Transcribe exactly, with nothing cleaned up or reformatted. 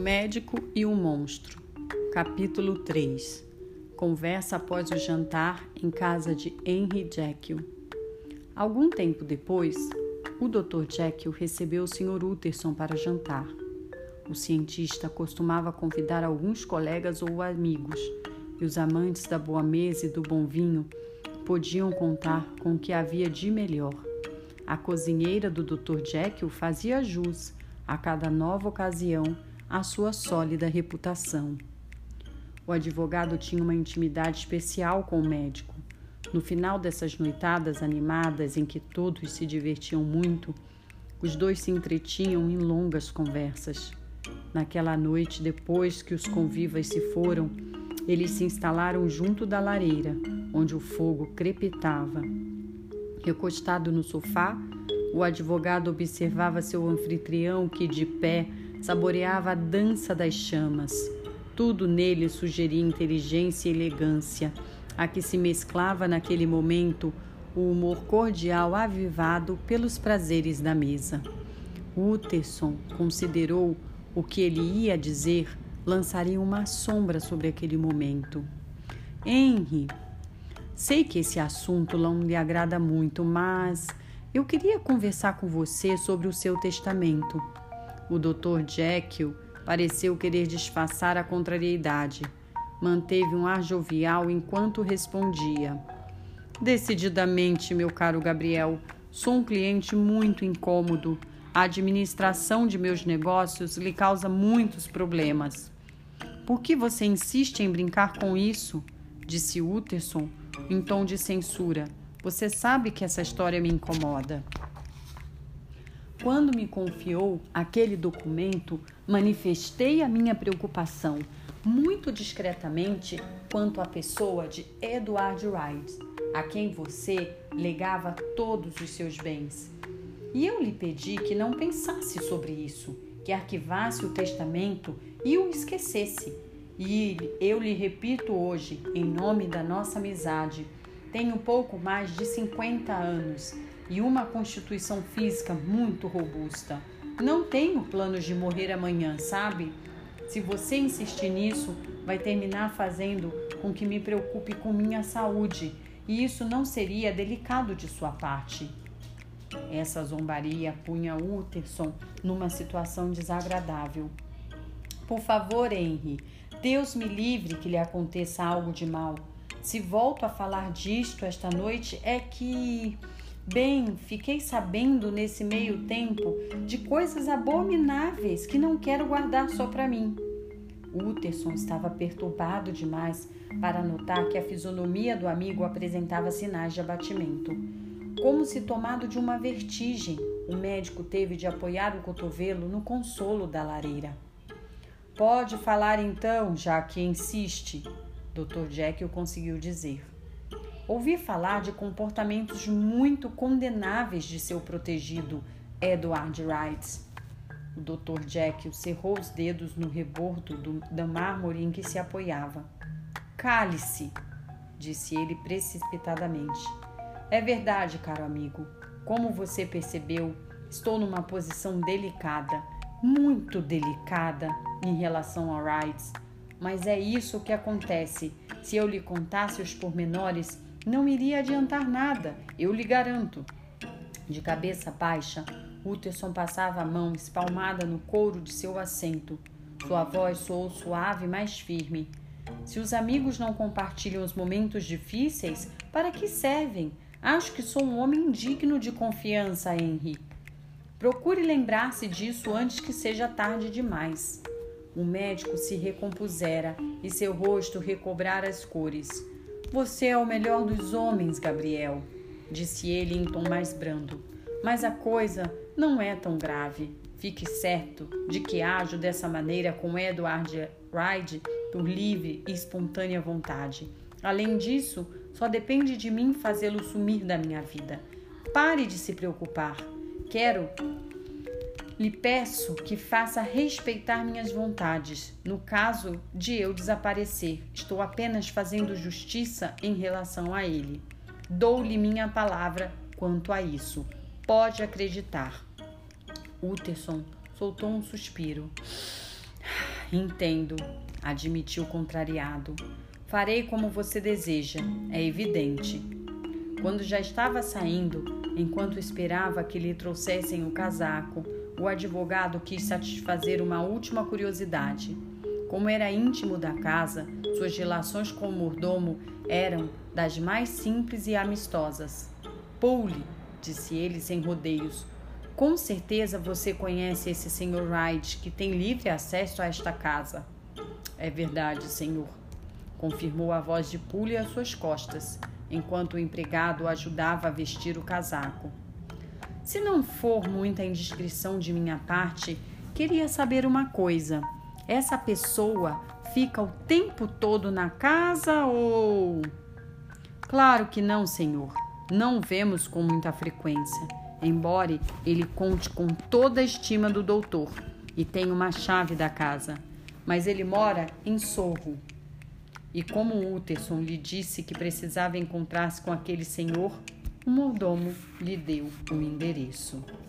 médico e o monstro. Capítulo três. Conversa após o jantar em casa de Henry Jekyll. Algum tempo depois, o doutor Jekyll recebeu o senhor Utterson para jantar. O cientista costumava convidar alguns colegas ou amigos, e os amantes da boa mesa e do bom vinho podiam contar com o que havia de melhor. A cozinheira do doutor Jekyll fazia jus, a cada nova ocasião, à sua sólida reputação. O advogado tinha uma intimidade especial com o médico. No final dessas noitadas animadas em que todos se divertiam muito, os dois se entretinham em longas conversas. Naquela noite, depois que os convivas se foram, eles se instalaram junto da lareira, onde o fogo crepitava. Recostado no sofá, o advogado observava seu anfitrião que, de pé, saboreava a dança das chamas. Tudo nele sugeria inteligência e elegância, a que se mesclava naquele momento o humor cordial avivado pelos prazeres da mesa. Utterson considerou o que ele ia dizer lançaria uma sombra sobre aquele momento. Henry, sei que esse assunto não lhe agrada muito, mas eu queria conversar com você sobre o seu testamento. O doutor Jekyll pareceu querer disfarçar a contrariedade. Manteve um ar jovial enquanto respondia. Decididamente, meu caro Gabriel, sou um cliente muito incômodo. A administração de meus negócios lhe causa muitos problemas. Por que você insiste em brincar com isso? Disse Utterson em tom de censura. Você sabe que essa história me incomoda. Quando me confiou aquele documento, manifestei a minha preocupação, muito discretamente, quanto à pessoa de Edward Wright, a quem você legava todos os seus bens. E eu lhe pedi que não pensasse sobre isso, que arquivasse o testamento e o esquecesse. E eu lhe repito hoje, em nome da nossa amizade, tenho pouco mais de cinquenta anos e uma constituição física muito robusta. Não tenho planos de morrer amanhã, sabe? Se você insistir nisso, vai terminar fazendo com que me preocupe com minha saúde, e isso não seria delicado de sua parte. Essa zombaria punha Utterson numa situação desagradável. Por favor, Henry, Deus me livre que lhe aconteça algo de mal. Se volto a falar disto esta noite é que... Bem, fiquei sabendo nesse meio tempo de coisas abomináveis que não quero guardar só para mim. Utterson estava perturbado demais para notar que a fisionomia do amigo apresentava sinais de abatimento. Como se tomado de uma vertigem, o médico teve de apoiar o cotovelo no consolo da lareira. Pode falar então, já que insiste, doutor Jekyll conseguiu dizer. Ouvi falar de comportamentos muito condenáveis de seu protegido, Edward Wright. O doutor Jekyll cerrou os dedos no rebordo do, da mármore em que se apoiava. Cale-se, disse ele precipitadamente. É verdade, caro amigo. Como você percebeu, estou numa posição delicada, muito delicada em relação a Wright. Mas é isso que acontece. Se eu lhe contasse os pormenores, não iria adiantar nada, eu lhe garanto. De cabeça baixa, Utterson passava a mão espalmada no couro de seu assento. Sua voz soou suave e mais firme. Se os amigos não compartilham os momentos difíceis, para que servem? Acho que sou um homem digno de confiança, Henry. Procure lembrar-se disso antes que seja tarde demais. O médico se recompusera e seu rosto recobrara as cores. Você é o melhor dos homens, Gabriel, disse ele em tom mais brando. Mas a coisa não é tão grave. Fique certo de que ajo dessa maneira com Edward Wright por livre e espontânea vontade. Além disso, só depende de mim fazê-lo sumir da minha vida. Pare de se preocupar. Quero... Lhe peço que faça respeitar minhas vontades, no caso de eu desaparecer. Estou apenas fazendo justiça em relação a ele. Dou-lhe minha palavra quanto a isso. Pode acreditar. Utterson soltou um suspiro. Entendo, admitiu contrariado. Farei como você deseja, é evidente. Quando já estava saindo, enquanto esperava que lhe trouxessem o casaco, o advogado quis satisfazer uma última curiosidade. Como era íntimo da casa, suas relações com o mordomo eram das mais simples e amistosas. Poole, disse ele sem rodeios, com certeza você conhece esse senhor Wright que tem livre acesso a esta casa. É verdade, senhor, confirmou a voz de Poole às suas costas, enquanto o empregado o ajudava a vestir o casaco. Se não for muita indiscrição de minha parte, queria saber uma coisa. Essa pessoa fica o tempo todo na casa ou... Claro que não, senhor. Não o vemos com muita frequência, embora ele conte com toda a estima do doutor e tenha uma chave da casa. Mas ele mora em Sorro. E como Utterson lhe disse que precisava encontrar-se com aquele senhor, o mordomo lhe deu o endereço.